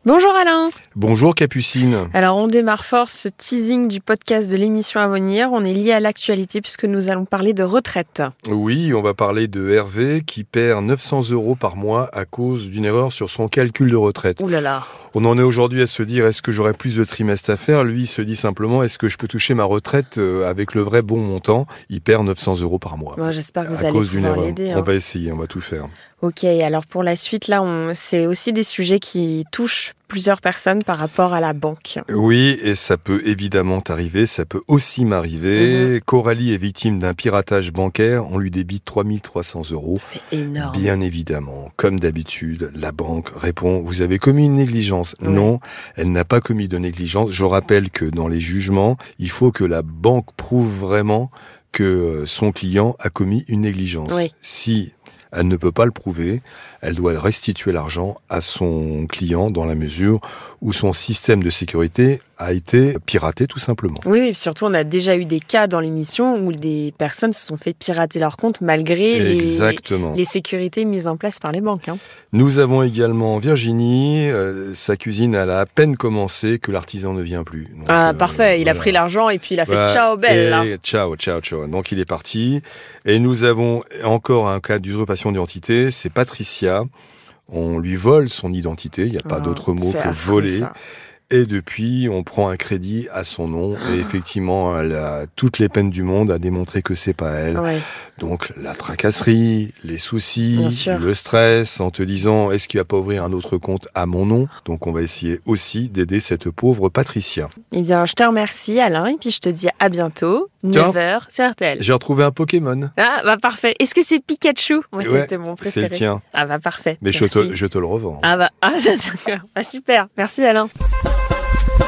Bonjour Alain. Bonjour Capucine. Alors on démarre fort ce teasing du podcast de l'émission à venir. On est lié à l'actualité puisque nous allons parler de retraite. Oui, on va parler de Hervé qui perd 900 € par mois à cause d'une erreur sur son calcul de retraite. Ouh là là. On en est aujourd'hui à se dire, est-ce que j'aurai plus de trimestres à faire ? Lui, il se dit simplement, est-ce que je peux toucher ma retraite avec le vrai bon montant ? Il perd 900 € par mois. Bon, j'espère que vous à allez cause d'une pouvoir erreur. l'aider. On va essayer, on va tout faire. Ok, alors pour la suite, là, c'est aussi des sujets qui touchent plusieurs personnes par rapport à la banque. Oui, et ça peut évidemment t'arriver, ça peut aussi m'arriver. Coralie est victime d'un piratage bancaire, on lui débite 3300 €. C'est énorme. Bien évidemment, comme d'habitude, la banque répond « Vous avez commis une négligence ». Non, elle n'a pas commis de négligence. Je rappelle que dans les jugements, il faut que la banque prouve vraiment que son client a commis une négligence. Oui. Si elle ne peut pas le prouver, elle doit restituer l'argent à son client dans la mesure où son système de sécurité a été piraté tout simplement. Oui, surtout on a déjà eu des cas dans l'émission où des personnes se sont fait pirater leur compte malgré les sécurités mises en place par les banques. Nous avons également Virginie, sa cuisine elle a à peine commencé que l'artisan ne vient plus. Donc, parfait, il a pris l'argent et puis il a fait ciao belle. Là. Ciao. Donc il est parti. Et nous avons encore un cas d'usurpation d'identité, c'est Patricia. On lui vole son identité, il n'y a pas d'autre mot que voler. Ça. Et depuis, on prend un crédit à son nom. Et effectivement, elle a toutes les peines du monde à démontrer que c'est pas elle. Ouais. Donc, la tracasserie, les soucis, le stress, en te disant, est-ce qu'il va pas ouvrir un autre compte à mon nom ? Donc, on va essayer aussi d'aider cette pauvre Patricia. Eh bien, je te remercie, Alain. Et puis, je te dis à bientôt. 9h, c'est RTL. J'ai retrouvé un Pokémon. Ah, bah parfait. Est-ce que c'est Pikachu ? Moi, c'était mon préféré. C'est le tien. Ah, bah parfait. Mais je te le revends. Ah, d'accord. Bah, super. Merci, Alain.